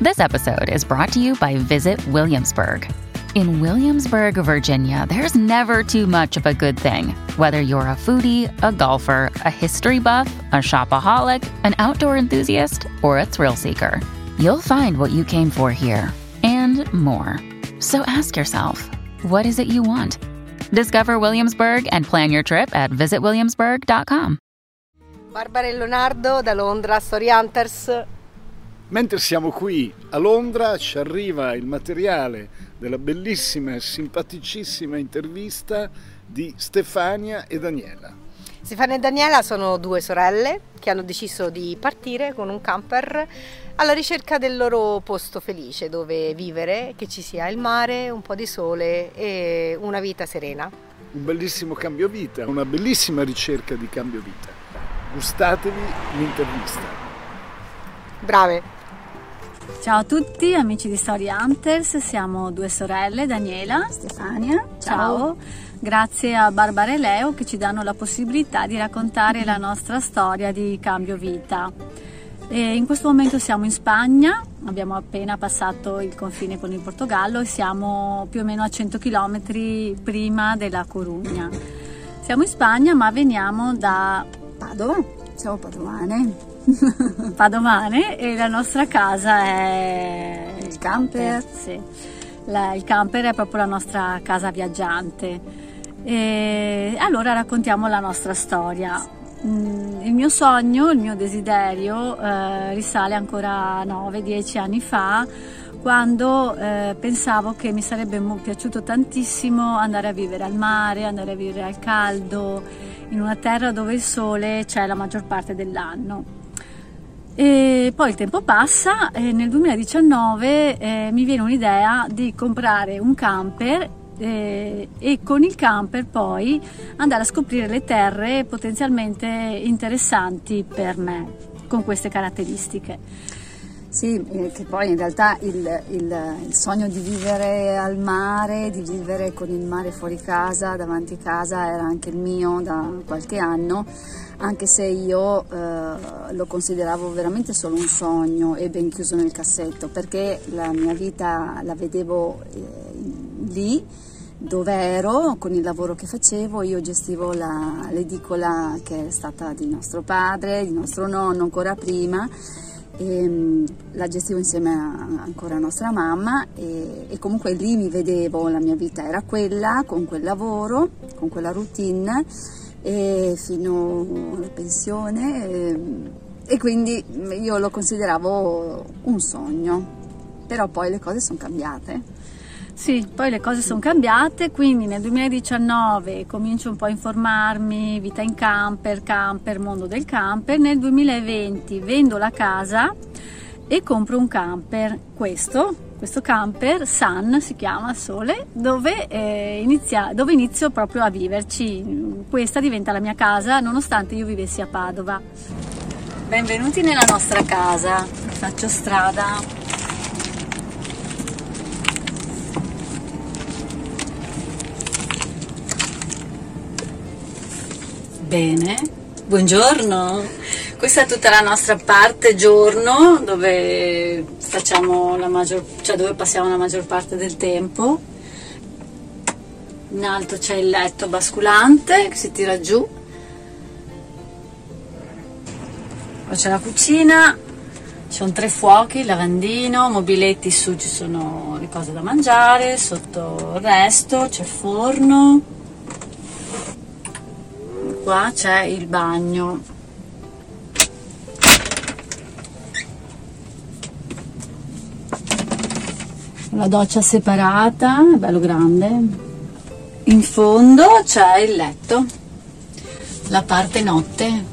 This episode is brought to you by Visit Williamsburg. In Williamsburg, Virginia, there's never too much of a good thing. Whether you're a foodie, a golfer, a history buff, a shopaholic, an outdoor enthusiast, or a thrill seeker, you'll find what you came for here and more. So ask yourself, what is it you want? Discover Williamsburg and plan your trip at visitwilliamsburg.com. Barbara e Leonardo da Londra, Story Hunters. Mentre siamo qui a Londra ci arriva il materiale della bellissima e simpaticissima intervista di Stefania e Daniela. Stefania e Daniela sono due sorelle che hanno deciso di partire con un camper alla ricerca del loro posto felice dove vivere, che ci sia il mare, un po' di sole e una vita serena. Un bellissimo cambio vita, una bellissima ricerca di cambio vita. Gustatevi l'intervista. Brave! Ciao a tutti amici di Story Hunters, siamo due sorelle, Daniela, Stefania, ciao. Grazie a Barbara e Leo che ci danno la possibilità di raccontare la nostra storia di cambio vita. E in questo momento siamo in Spagna, abbiamo appena passato il confine con il Portogallo e siamo più o meno a 100 km prima della Corugna. Siamo in Spagna ma veniamo da Padova, siamo padovane. Padovane e la nostra casa è il camper. Sì. Il camper è proprio la nostra casa viaggiante. E allora raccontiamo la nostra storia. Il mio sogno, il mio desiderio risale ancora 9-10 anni fa, quando pensavo che mi sarebbe piaciuto tantissimo andare a vivere al mare, andare a vivere al caldo, in una terra dove il sole c'è la maggior parte dell'anno. E poi il tempo passa e nel 2019 mi viene un'idea di comprare un camper e con il camper poi andare a scoprire le terre potenzialmente interessanti per me con queste caratteristiche. Sì, che poi in realtà il sogno di vivere al mare, di vivere con il mare fuori casa, davanti casa, era anche il mio da qualche anno, anche se io lo consideravo veramente solo un sogno e ben chiuso nel cassetto, perché la mia vita la vedevo lì dove ero, con il lavoro che facevo. Io gestivo l'edicola che è stata di nostro padre, di nostro nonno ancora prima, e la gestivo insieme ancora a nostra mamma e comunque lì mi vedevo, la mia vita era quella, con quel lavoro, con quella routine e fino alla pensione e quindi io lo consideravo un sogno, però poi le cose sono cambiate. Sì, poi le cose sono cambiate, quindi nel 2019 comincio un po' a informarmi, vita in camper, mondo del camper. Nel 2020 vendo la casa e compro un camper, questo camper, Sun si chiama, Sole, dove inizio proprio a viverci. Questa diventa la mia casa nonostante io vivessi a Padova. Benvenuti nella nostra casa, faccio strada. Bene, buongiorno. Questa è tutta la nostra parte giorno dove dove passiamo la maggior parte del tempo. In alto c'è il letto basculante che si tira giù. Poi c'è la cucina, ci sono 3 fuochi, il lavandino, mobiletti, su ci sono le cose da mangiare, sotto il resto c'è il forno. Qua c'è il bagno. La doccia separata, è bello grande. In fondo c'è il letto, la parte notte.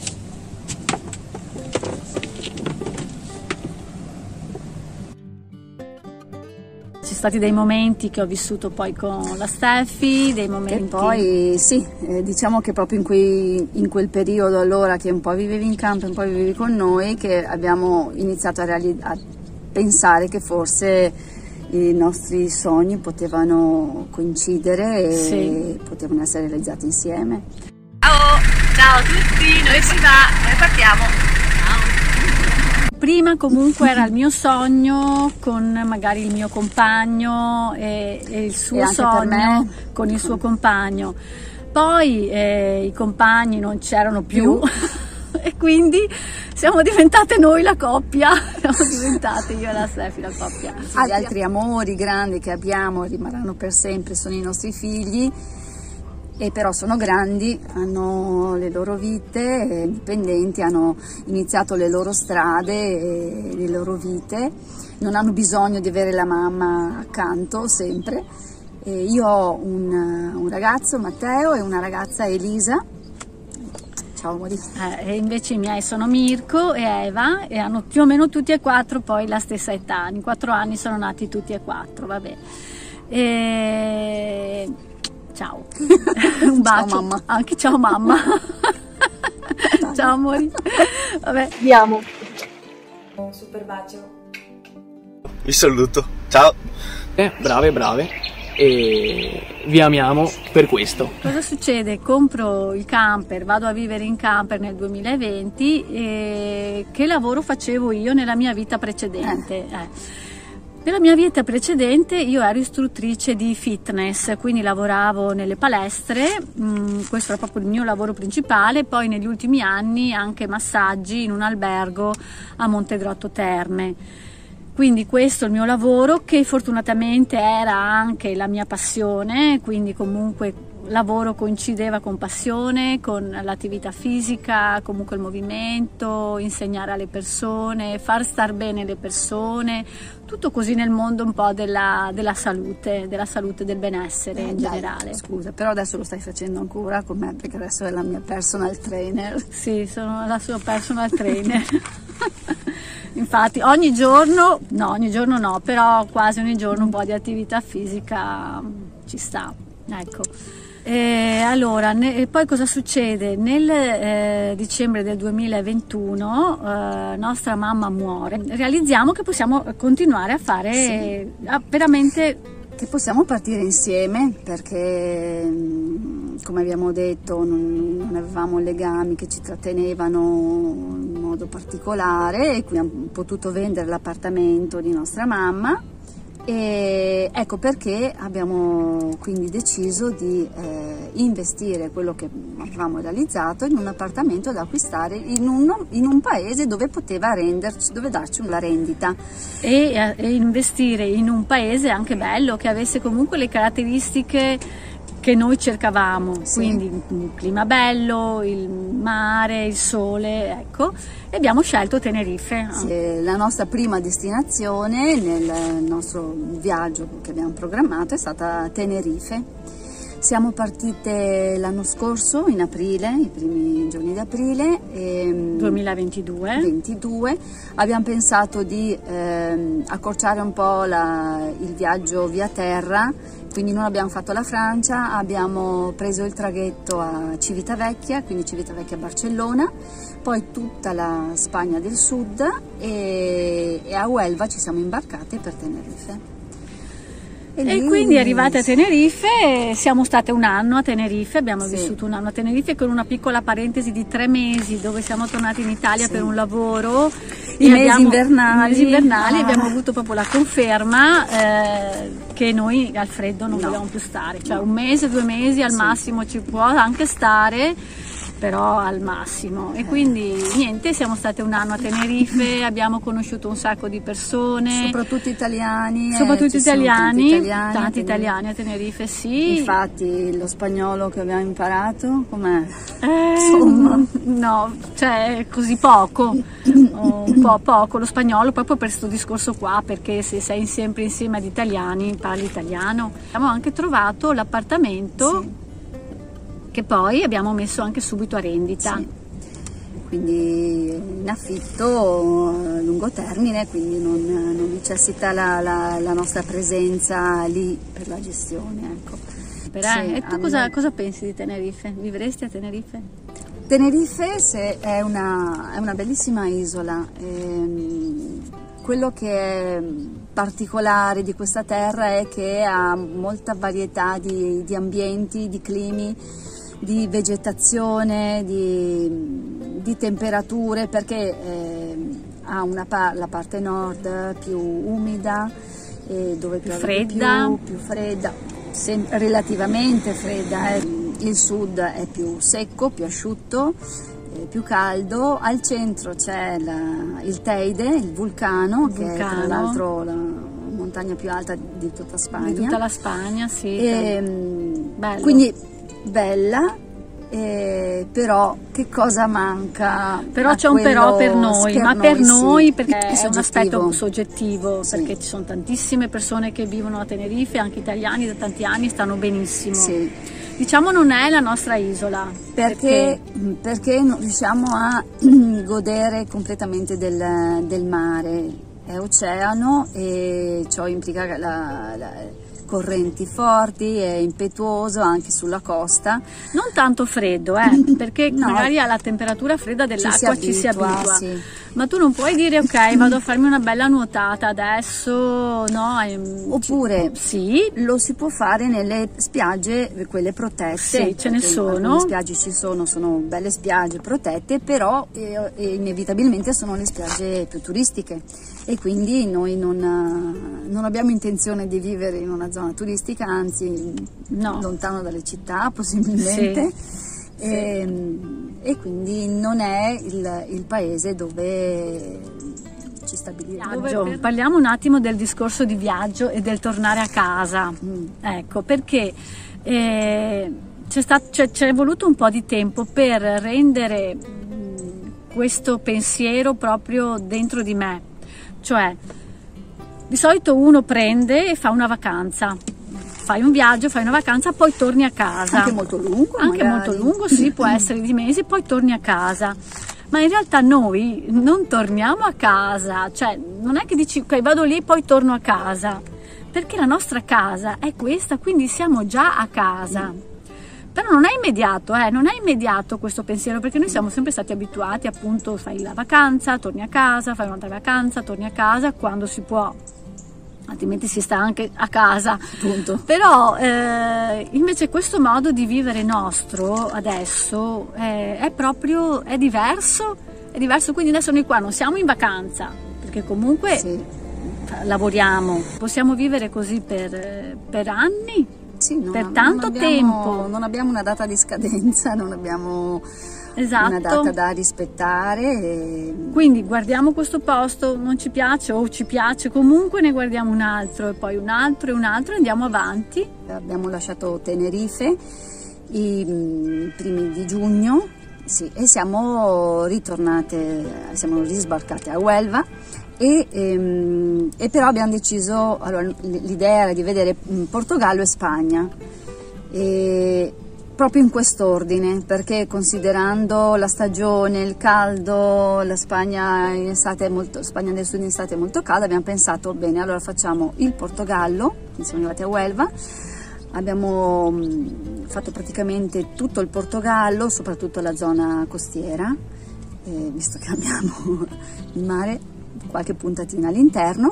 Ci sono stati dei momenti che ho vissuto poi con la Steffi, dei momenti... E poi sì, diciamo che proprio in quel periodo allora che un po' vivevi in campo e un po' vivevi con noi, che abbiamo iniziato a pensare che forse i nostri sogni potevano coincidere e potevano essere realizzati insieme. Ciao a tutti, noi partiamo. prima comunque era il mio sogno con magari il mio compagno e il suo sogno con il suo compagno. Poi i compagni non c'erano più. E quindi siamo diventate noi la coppia, siamo diventate io e la Stefi la coppia. Gli altri amori grandi che abbiamo rimarranno per sempre sono i nostri figli, e però sono grandi, hanno le loro vite indipendenti, hanno iniziato le loro strade e le loro vite, non hanno bisogno di avere la mamma accanto sempre. E io ho un ragazzo, Matteo, e una ragazza, Elisa. Ciao amori. E invece i miei sono Mirko e Eva, e hanno più o meno tutti e quattro poi la stessa età, in 4 anni sono nati tutti e 4, vabbè. Ciao. Un bacio. Ciao mamma. Anche ciao mamma. Ciao amori. Vabbè. Andiamo. Un super bacio. Vi saluto. Ciao. Brave. E vi amiamo per questo. Cosa succede? Compro il camper, vado a vivere in camper nel 2020 e che lavoro facevo io nella mia vita precedente? Nella mia vita precedente io ero istruttrice di fitness, quindi lavoravo nelle palestre, questo era proprio il mio lavoro principale, poi negli ultimi anni anche massaggi in un albergo a Montegrotto Terme. Quindi questo è il mio lavoro, che fortunatamente era anche la mia passione, quindi comunque lavoro coincideva con passione, con l'attività fisica, comunque il movimento, insegnare alle persone, far star bene le persone, tutto così nel mondo un po' della salute, del benessere in generale. Scusa, però adesso lo stai facendo ancora con me, perché adesso è la mia personal trainer. Sì, sono la sua personal trainer. Infatti ogni giorno no, però quasi ogni giorno un po' di attività fisica ci sta, ecco. Allora, poi cosa succede? Nel dicembre del 2021 nostra mamma muore, realizziamo che possiamo continuare a fare veramente... Che possiamo partire insieme, perché come abbiamo detto non avevamo legami che ci trattenevano in modo particolare, e qui abbiamo potuto vendere l'appartamento di nostra mamma, e ecco perché abbiamo quindi deciso di investire quello che avevamo realizzato in un appartamento da acquistare in un paese dove poteva dove darci una rendita, e investire in un paese anche bello, che avesse comunque le caratteristiche che noi cercavamo, sì. Quindi un clima bello, il mare, il sole, ecco, e abbiamo scelto Tenerife. Sì, la nostra prima destinazione nel nostro viaggio che abbiamo programmato è stata Tenerife. Siamo partite l'anno scorso, in aprile, i primi giorni di aprile 2022. Abbiamo pensato di accorciare un po' il viaggio via terra, quindi non abbiamo fatto la Francia, abbiamo preso il traghetto a Civitavecchia, quindi Civitavecchia Barcellona, poi tutta la Spagna del Sud, e a Huelva ci siamo imbarcate per Tenerife. E quindi arrivate a Tenerife, siamo state un anno a Tenerife, abbiamo vissuto un anno a Tenerife, con una piccola parentesi di 3 mesi dove siamo tornati in Italia per un lavoro. I mesi invernali abbiamo avuto proprio la conferma che noi al freddo non vogliamo più stare, cioè 1 mese, 2 mesi al massimo ci può anche stare, però al massimo. E quindi niente, siamo state un anno a Tenerife, abbiamo conosciuto un sacco di persone, soprattutto italiani, tanti italiani a Tenerife, sì. Infatti lo spagnolo che abbiamo imparato com'è? Insomma, no, cioè così poco, un po' poco lo spagnolo, proprio per questo discorso qua, perché se sei sempre insieme ad italiani parli italiano. Abbiamo anche trovato l'appartamento che poi abbiamo messo anche subito a rendita. Sì. Quindi in affitto a lungo termine, quindi non necessita la nostra presenza lì per la gestione. Ecco. E tu cosa pensi di Tenerife? Vivresti a Tenerife? Tenerife è una bellissima isola. Quello che è particolare di questa terra è che ha molta varietà di ambienti, di climi, di vegetazione, di temperature, perché ha la parte nord più umida, dove più fredda, più fredda, relativamente fredda, il sud è più secco, più asciutto, più caldo. Al centro c'è il Teide, il vulcano, che è tra l'altro la montagna più alta di tutta Spagna. Di tutta la Spagna, sì. Quindi bella. Però che cosa manca? Però c'è un però per noi, ma per noi perché è un aspetto soggettivo, sì. Perché ci sono tantissime persone che vivono a Tenerife, anche italiani da tanti anni, stanno benissimo. Sì. Diciamo non è la nostra isola. Perché non riusciamo a godere completamente del mare, è oceano e ciò implica correnti forti, è impetuoso anche sulla costa. Non tanto freddo, perché no, magari alla temperatura fredda dell'acqua ci si abitua. Sì. Ma tu non puoi dire ok, vado a farmi una bella nuotata adesso, no? Oppure sì, lo si può fare nelle spiagge, quelle protette. Sì, ce ne sono. Le spiagge sono belle spiagge protette, però inevitabilmente sono le spiagge più turistiche e quindi noi non abbiamo intenzione di vivere in una zona turistica, anzi lontano dalle città possibilmente. Sì. E quindi non è il paese dove ci stabiliremo. Parliamo un attimo del discorso di viaggio e del tornare a casa. Ecco, perché c'è voluto un po' di tempo per rendere questo pensiero proprio dentro di me. Cioè, di solito uno prende e fa una vacanza. Fai un viaggio, fai una vacanza, poi torni a casa. Anche molto lungo. Anche molto lungo, sì, può essere di mesi, poi torni a casa. Ma in realtà noi non torniamo a casa, cioè non è che dici ok, vado lì, poi torno a casa, perché la nostra casa è questa, quindi siamo già a casa. Però non è immediato questo pensiero, perché noi siamo sempre stati abituati, appunto, fai la vacanza, torni a casa, fai un'altra vacanza, torni a casa quando si può. Altrimenti si sta anche a casa, appunto. Però invece questo modo di vivere nostro adesso è diverso, quindi adesso noi qua non siamo in vacanza, perché comunque lavoriamo, possiamo vivere così per anni, per tanto tempo. Non abbiamo una data di scadenza, non abbiamo una data da rispettare. Quindi guardiamo questo posto, non ci piace o ci piace, comunque ne guardiamo un altro e poi un altro e un altro e andiamo avanti. Abbiamo lasciato Tenerife i primi di giugno, e siamo risbarcate a Huelva e però abbiamo deciso, allora, l'idea era di vedere Portogallo e Spagna. Proprio in quest'ordine, perché considerando la stagione, il caldo, la Spagna in estate Spagna del Sud in estate è molto calda, abbiamo pensato bene, allora facciamo il Portogallo, siamo arrivati a Huelva, abbiamo fatto praticamente tutto il Portogallo, soprattutto la zona costiera, visto che abbiamo il mare, qualche puntatina all'interno,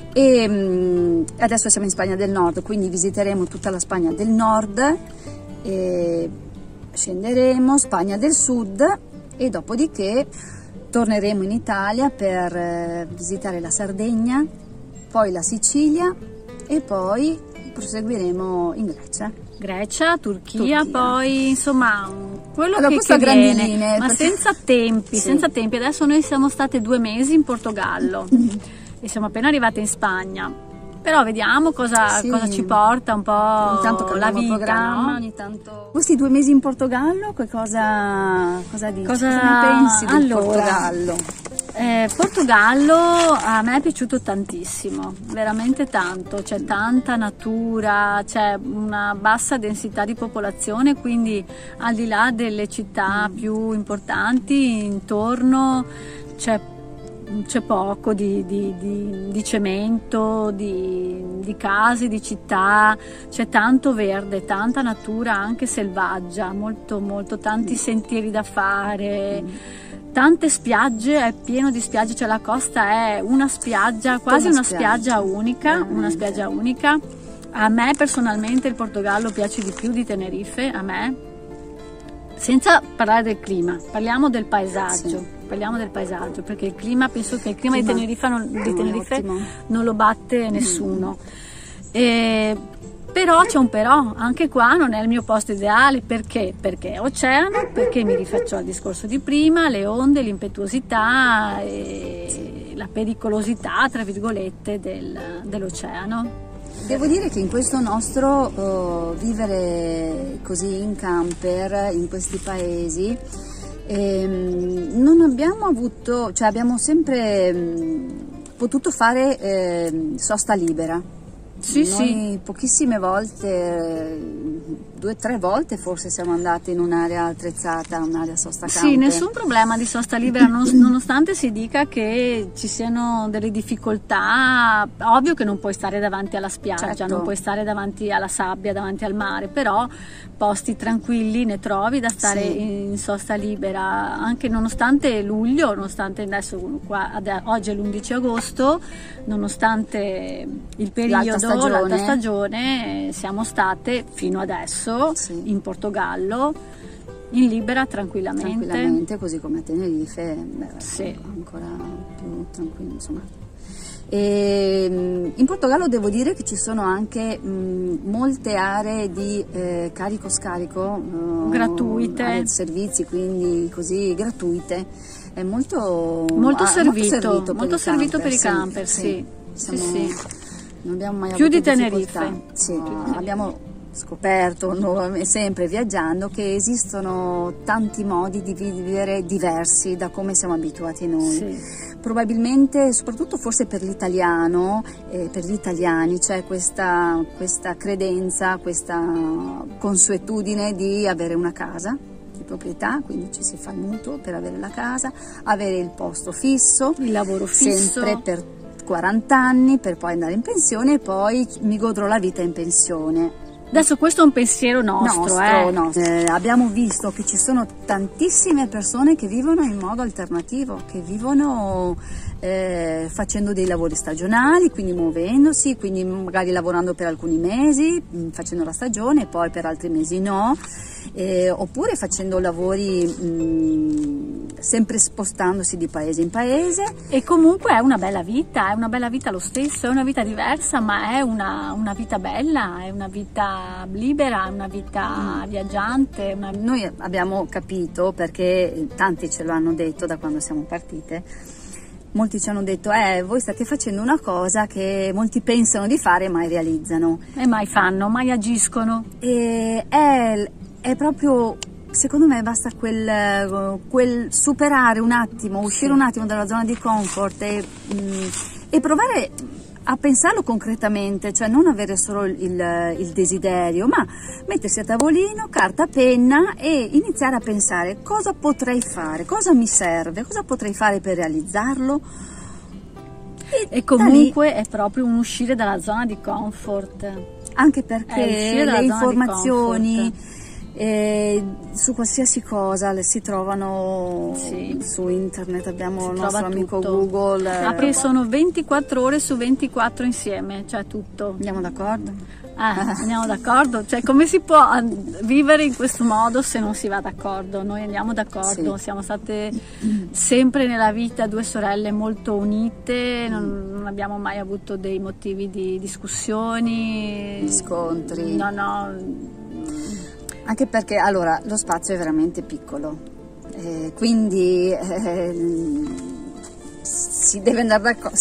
e adesso siamo in Spagna del Nord, quindi visiteremo tutta la Spagna del Nord. E scenderemo Spagna del Sud e dopodiché torneremo in Italia per visitare la Sardegna, poi la Sicilia e poi proseguiremo in Grecia, Turchia. Poi insomma quello che viene, ma senza tempi. Adesso noi siamo state 2 mesi in Portogallo e siamo appena arrivate in Spagna. Però vediamo cosa ci porta un po' la vita, programma, no? Ogni tanto. Questi 2 mesi in Portogallo, cosa dici? Cosa ne pensi del Portogallo? Portogallo a me è piaciuto tantissimo, veramente tanto, c'è tanta natura, c'è una bassa densità di popolazione, quindi al di là delle città più importanti intorno c'è poco di cemento, di case, di città, c'è tanto verde, tanta natura anche selvaggia, molto, tanti sentieri da fare, tante spiagge, è pieno di spiagge, cioè la costa è una spiaggia, quasi una spiaggia unica, A me personalmente il Portogallo piace di più di Tenerife, a me, senza parlare del clima, parliamo del paesaggio. parliamo del paesaggio, perché il clima, penso che il clima di Tenerife ottimo. non lo batte nessuno. Però c'è un però, anche qua non è il mio posto ideale, perché? Perché è oceano, perché mi rifaccio al discorso di prima, le onde, l'impetuosità e la pericolosità, tra virgolette, dell'oceano. Devo dire che in questo nostro vivere così in camper, in questi paesi, non abbiamo avuto, cioè abbiamo sempre potuto fare sosta libera. Noi pochissime volte, 2 o 3 volte forse siamo andati in un'area attrezzata, un'area sosta camper. Sì, nessun problema di sosta libera, nonostante si dica che ci siano delle difficoltà. Ovvio che non puoi stare davanti alla spiaggia, certo. Non puoi stare davanti alla sabbia, davanti al mare, però posti tranquilli ne trovi da stare in sosta libera, anche nonostante luglio, nonostante adesso oggi è l'11 agosto, nonostante il periodo, l'alta stagione, siamo state fino adesso in Portogallo in libera tranquillamente, così come a Tenerife, ancora più tranquillo, insomma. E in Portogallo devo dire che ci sono anche molte aree di carico-scarico gratuite, servizi, quindi così gratuite. È molto servito per i camper, sì. Non abbiamo mai più avuto di Tenerife. Abbiamo scoperto sempre viaggiando che esistono tanti modi di vivere diversi da come siamo abituati noi. Probabilmente, soprattutto forse per l'italiano, per gli italiani c'è questa credenza, questa consuetudine di avere una casa di proprietà, quindi ci si fa il mutuo per avere la casa, avere il posto fisso, il lavoro fisso, sempre per 40 anni, per poi andare in pensione e poi mi godrò la vita in pensione. Adesso questo è un pensiero nostro. Abbiamo visto che ci sono tantissime persone che vivono in modo alternativo, che vivono facendo dei lavori stagionali, quindi muovendosi, quindi magari lavorando per alcuni mesi, facendo la stagione e poi per altri mesi no, oppure facendo lavori sempre spostandosi di paese in paese. E comunque è una bella vita lo stesso, è una vita diversa, ma è una vita bella, è una vita libera, è una vita viaggiante. Noi abbiamo capito, perché tanti ce lo hanno detto da quando siamo partite, molti ci hanno detto voi state facendo una cosa che molti pensano di fare e mai realizzano. E mai fanno, mai agiscono. E è proprio... Secondo me basta quel superare un attimo, uscire un attimo dalla zona di comfort e provare a pensarlo concretamente, cioè non avere solo il desiderio, ma mettersi a tavolino, carta, penna e iniziare a pensare cosa potrei fare, cosa mi serve, cosa potrei fare per realizzarlo. E comunque è proprio un uscire dalla zona di comfort. Anche perché le informazioni... su qualsiasi cosa si trovano su internet, abbiamo il nostro amico Google. Che sono 24 ore su 24 insieme, cioè tutto. Andiamo d'accordo? Andiamo d'accordo, cioè come si può vivere in questo modo se non si va d'accordo? Noi andiamo d'accordo, siamo state sempre nella vita 2 sorelle molto unite, non abbiamo mai avuto dei motivi di discussioni, di scontri. No. Anche perché allora lo spazio è veramente piccolo, quindi si deve andare d'accordo,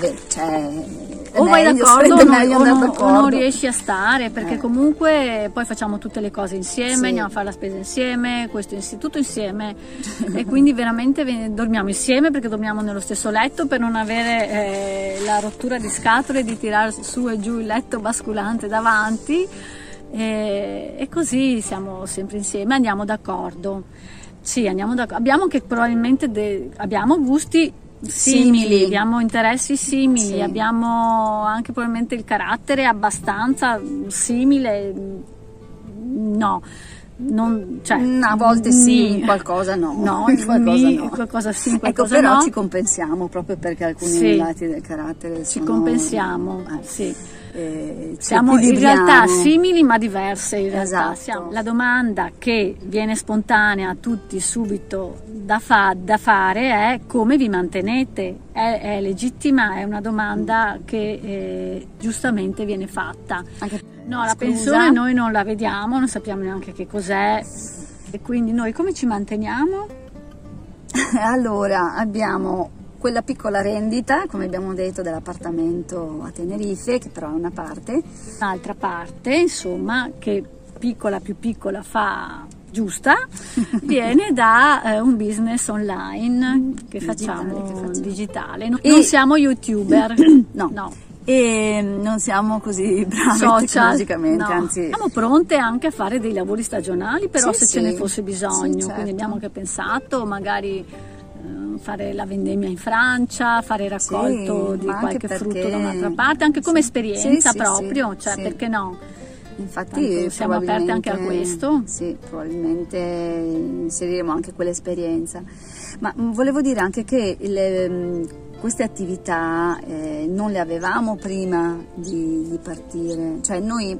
o vai d'accordo o non riesci a stare, perché comunque poi facciamo tutte le cose insieme, andiamo a fare la spesa insieme, tutto insieme e quindi veramente dormiamo insieme, perché dormiamo nello stesso letto per non avere la rottura di scatole, di tirare su e giù il letto basculante davanti. E così siamo sempre insieme, andiamo d'accordo. Abbiamo che probabilmente abbiamo gusti simili, abbiamo interessi simili, abbiamo anche probabilmente il carattere abbastanza simile, no, a volte sì, qualcosa no. Qualcosa sì, qualcosa ecco, però no. ci compensiamo proprio perché alcuni lati del carattere ci compensiamo, sì. Ci Siamo in equilibriamo. realtà simili ma diverse in realtà. Esatto. La domanda che viene spontanea a tutti subito da fare è: come vi mantenete? È legittima, è una domanda che giustamente viene fatta. La pensione noi non la vediamo, non sappiamo neanche che cos'è, e quindi noi come ci manteniamo? Allora, abbiamo quella piccola rendita, come abbiamo detto, dell'appartamento a Tenerife, che però è una parte. Un'altra parte, insomma, che piccola più piccola fa giusta, viene da un business online che facciamo digitale. Non siamo youtuber, no. E non siamo così bravi tecnologicamente, anzi siamo pronte anche a fare dei lavori stagionali, però se ce ne fosse bisogno, certo. Quindi abbiamo anche pensato magari fare la vendemmia in Francia, fare il raccolto di qualche frutto da un'altra parte, anche come esperienza proprio, perché no? Infatti tanto siamo aperte anche a questo. Sì, probabilmente inseriremo anche quell'esperienza. Ma volevo dire anche che queste attività non le avevamo prima di partire, cioè noi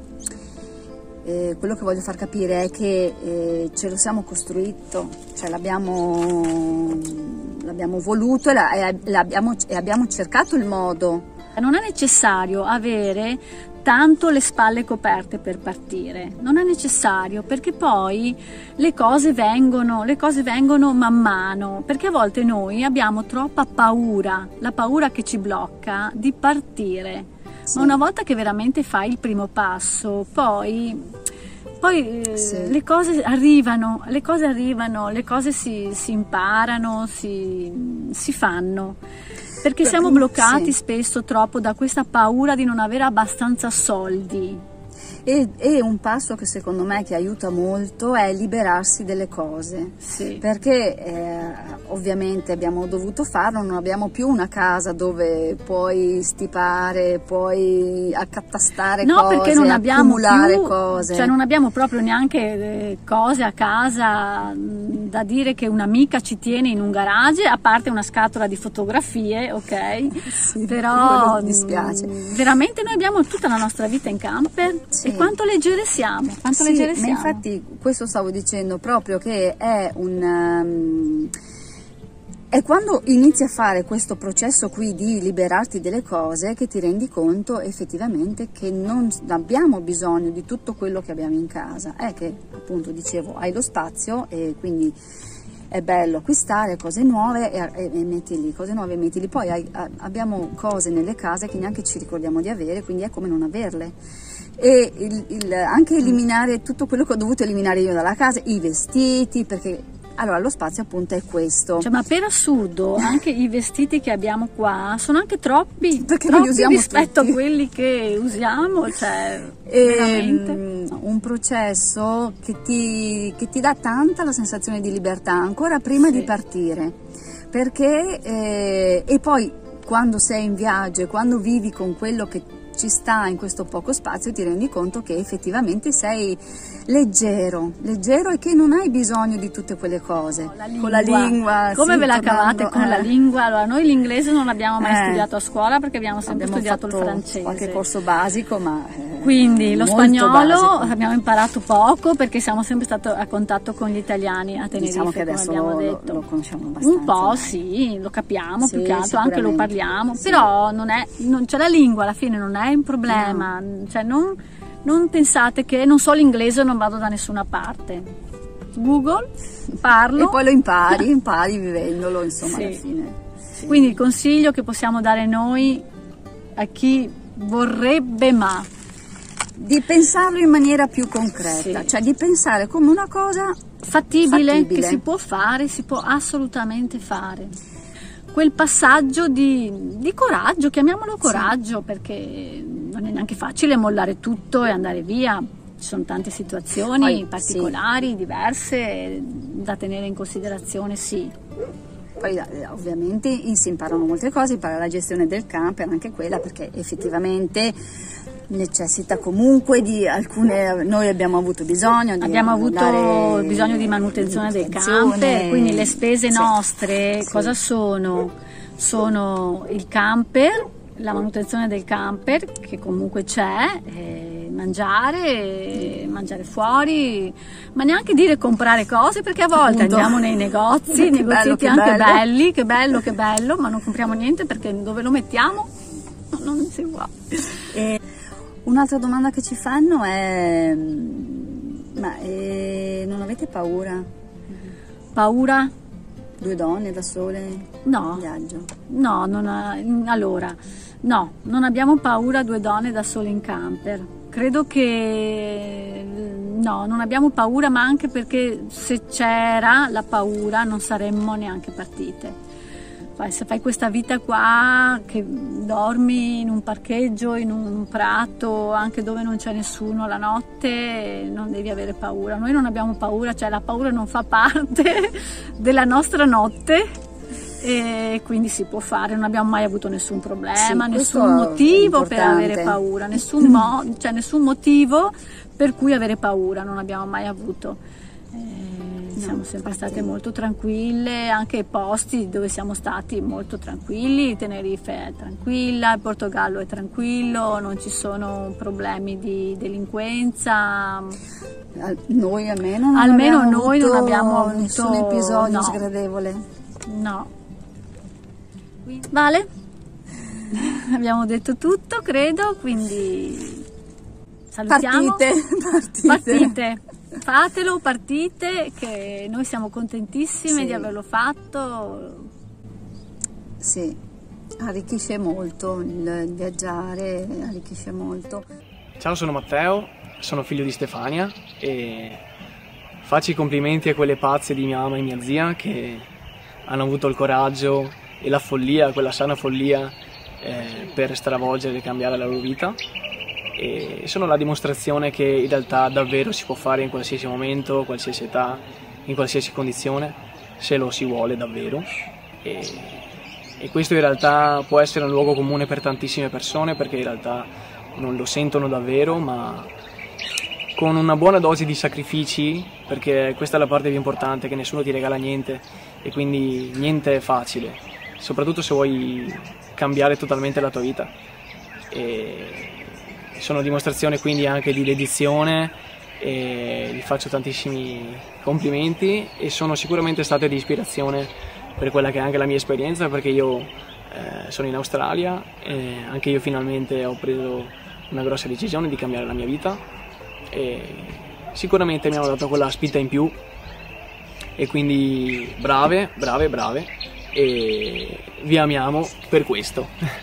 quello che voglio far capire è che ce lo siamo costruito, cioè l'abbiamo voluto e abbiamo cercato il modo. Non è necessario avere tanto le spalle coperte per partire, non è necessario, perché poi le cose vengono man mano, perché a volte noi abbiamo troppa paura, la paura che ci blocca di partire, ma una volta che veramente fai il primo passo, poi le cose arrivano, le cose si imparano, si fanno. Perché siamo bloccati spesso troppo da questa paura di non avere abbastanza soldi. E un passo che secondo me che aiuta molto è liberarsi delle cose, perché ovviamente abbiamo dovuto farlo, non abbiamo più una casa dove puoi stipare, puoi accatastare cose, perché non abbiamo accumulare cose. Cioè non abbiamo proprio neanche cose a casa da dire che un'amica ci tiene in un garage, a parte una scatola di fotografie, ok? Però mi dispiace. Veramente noi abbiamo tutta la nostra vita in camper. E quanto leggere siamo? Ma infatti questo stavo dicendo proprio, che è è quando inizi a fare questo processo qui di liberarti delle cose che ti rendi conto effettivamente che non abbiamo bisogno di tutto quello che abbiamo in casa. È che appunto dicevo, hai lo spazio e quindi è bello acquistare cose nuove e metti lì, cose nuove e metti lì. Poi abbiamo cose nelle case che neanche ci ricordiamo di avere, quindi è come non averle. E anche eliminare tutto quello che ho dovuto eliminare io dalla casa, i vestiti, perché allora lo spazio appunto è questo. Ma per assurdo anche i vestiti che abbiamo qua sono anche troppi rispetto a quelli che usiamo, veramente. Un processo che ti dà tanta la sensazione di libertà ancora prima di partire, perché e poi quando sei in viaggio e quando vivi con quello che ci sta in questo poco spazio, ti rendi conto che effettivamente sei leggero e che non hai bisogno di tutte quelle cose. Con la lingua. Come ve la cavate con la lingua? Allora, noi l'inglese non l'abbiamo mai studiato a scuola perché abbiamo sempre studiato il francese. Qualche corso basico, ma quindi lo spagnolo basico. Abbiamo imparato poco perché siamo sempre stati a contatto con gli italiani a Tenerife, diciamo che adesso come abbiamo detto. Lo conosciamo abbastanza. Un po' sì, lo capiamo più che altro, anche lo parliamo, però la lingua alla fine non è un problema, cioè non pensate che non so l'inglese e non vado da nessuna parte. Google, parlo e poi lo impari vivendolo, insomma, alla fine. Quindi il consiglio che possiamo dare noi a chi vorrebbe di pensarlo in maniera più concreta, cioè di pensare come una cosa fattibile, che si può fare, si può assolutamente fare. Quel passaggio di coraggio, chiamiamolo coraggio, perché non è neanche facile mollare tutto e andare via. Ci sono tante situazioni particolari, diverse, da tenere in considerazione, Poi ovviamente si imparano molte cose, impara la gestione del camper, anche quella, perché effettivamente necessita comunque di alcune, noi abbiamo avuto bisogno di manutenzione del camper, quindi le spese nostre cosa sono? Sono il camper, la manutenzione del camper che comunque c'è, mangiare fuori, ma neanche dire comprare cose, perché a volte andiamo nei negozi, negozietti anche belli, che bello, ma non compriamo niente perché dove lo mettiamo non si può. Un'altra domanda che ci fanno è: non avete paura? Paura? 2 donne da sole No. in viaggio? No, non abbiamo paura 2 donne da sole in camper. Credo che no, non abbiamo paura, ma anche perché se c'era la paura non saremmo neanche partite. Se fai questa vita qua, che dormi in un parcheggio, in un prato, anche dove non c'è nessuno la notte, non devi avere paura. Noi non abbiamo paura, cioè la paura non fa parte della nostra notte e quindi si può fare, non abbiamo mai avuto nessun problema, nessun motivo per avere paura, nessun motivo per cui avere paura non abbiamo mai avuto. Siamo sempre state molto tranquille, anche i posti dove siamo stati molto tranquilli. Tenerife è tranquilla, il Portogallo è tranquillo, non ci sono problemi di delinquenza. Noi almeno non abbiamo avuto nessun episodio sgradevole. No. Vale? Abbiamo detto tutto, credo, quindi salutiamo. Partite. Fatelo, partite, che noi siamo contentissime di averlo fatto. Sì, arricchisce molto il viaggiare, arricchisce molto. Ciao, sono Matteo, sono figlio di Stefania e faccio i complimenti a quelle pazze di mia mamma e mia zia che hanno avuto il coraggio e la follia, quella sana follia per stravolgere e cambiare la loro vita. E sono la dimostrazione che in realtà davvero si può fare in qualsiasi momento, qualsiasi età, in qualsiasi condizione, se lo si vuole davvero. E questo in realtà può essere un luogo comune per tantissime persone, perché in realtà non lo sentono davvero, ma con una buona dose di sacrifici, perché questa è la parte più importante, che nessuno ti regala niente e quindi niente è facile, soprattutto se vuoi cambiare totalmente la tua vita. Sono dimostrazione quindi anche di dedizione e gli faccio tantissimi complimenti e sono sicuramente state di ispirazione per quella che è anche la mia esperienza, perché io sono in Australia e anche io finalmente ho preso una grossa decisione di cambiare la mia vita e sicuramente mi hanno dato quella spinta in più e quindi brave e vi amiamo per questo.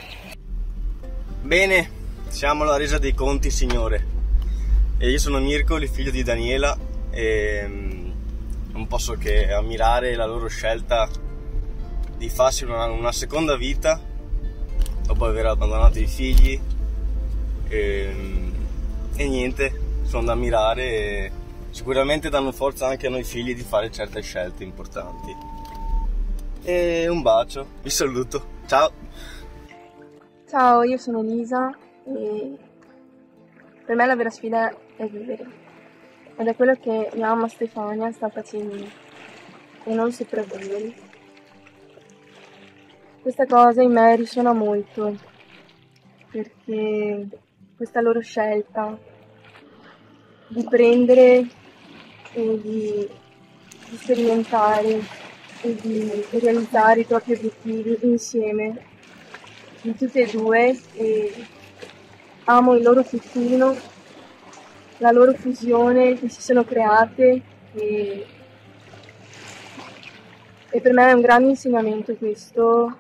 Bene. Siamo alla resa dei conti, signore. E io sono Mirko, il figlio di Daniela, e non posso che ammirare la loro scelta di farsi una seconda vita dopo aver abbandonato i figli. E niente, sono da ammirare e sicuramente danno forza anche a noi figli di fare certe scelte importanti. E un bacio, vi saluto, ciao! Ciao, io sono Elisa. E per me la vera sfida è vivere ed è quello che mia mamma Stefania sta facendo e non sopravvivere. Questa cosa in me risuona molto perché questa loro scelta di prendere e di sperimentare e di realizzare i propri obiettivi insieme di tutte e due, e amo il loro futuro, la loro fusione che si sono create e per me è un grande insegnamento questo,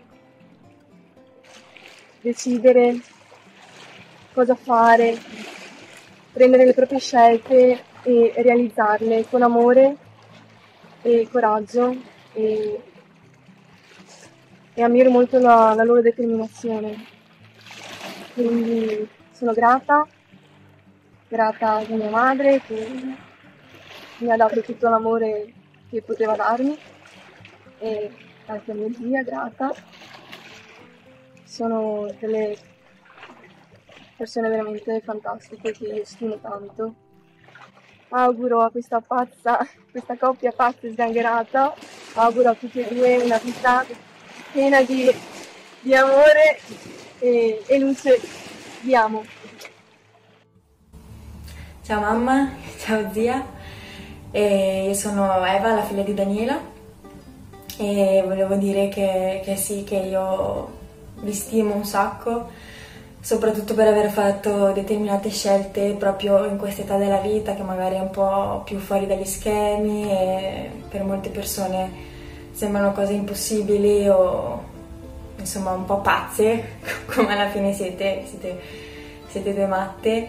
decidere cosa fare, prendere le proprie scelte e realizzarle con amore e coraggio e ammiro molto la loro determinazione. Quindi sono grata a mia madre che mi ha dato tutto l'amore che poteva darmi e anche a mia zia, grata. Sono delle persone veramente fantastiche che io stimo tanto. Auguro a questa coppia pazza e sgangherata, auguro a tutti e due una vita piena di amore e luce. Vi amo. Ciao mamma, ciao zia, io sono Eva, la figlia di Daniela, e volevo dire che sì, che io vi stimo un sacco, soprattutto per aver fatto determinate scelte proprio in questa età della vita che magari è un po' più fuori dagli schemi e per molte persone sembrano cose impossibili o insomma un po' pazze, come alla fine siete due matte,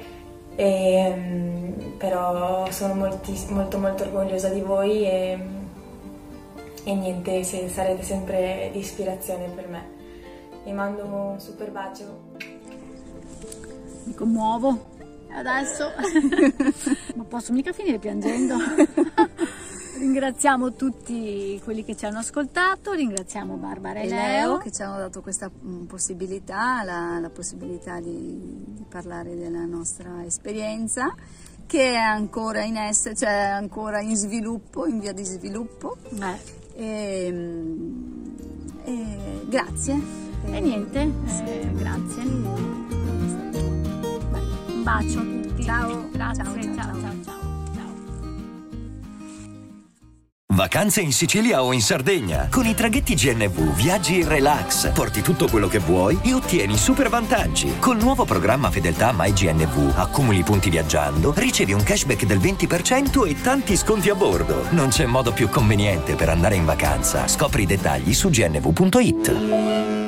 però sono molto orgogliosa di voi e niente, sarete sempre di ispirazione per me. Vi mando un super bacio. Mi commuovo adesso. Ma posso mica finire piangendo? Ringraziamo tutti quelli che ci hanno ascoltato, ringraziamo Barbara e Leo che ci hanno dato questa possibilità, la possibilità di parlare della nostra esperienza, che è ancora in essere, cioè ancora in sviluppo, in via di sviluppo. Grazie. E niente, grazie. Un bacio a tutti. Ciao. Grazie. Ciao. Vacanze in Sicilia o in Sardegna. Con i traghetti GNV viaggi in relax, porti tutto quello che vuoi e ottieni super vantaggi. Col nuovo programma Fedeltà MyGNV accumuli punti viaggiando, ricevi un cashback del 20% e tanti sconti a bordo. Non c'è modo più conveniente per andare in vacanza. Scopri i dettagli su gnv.it.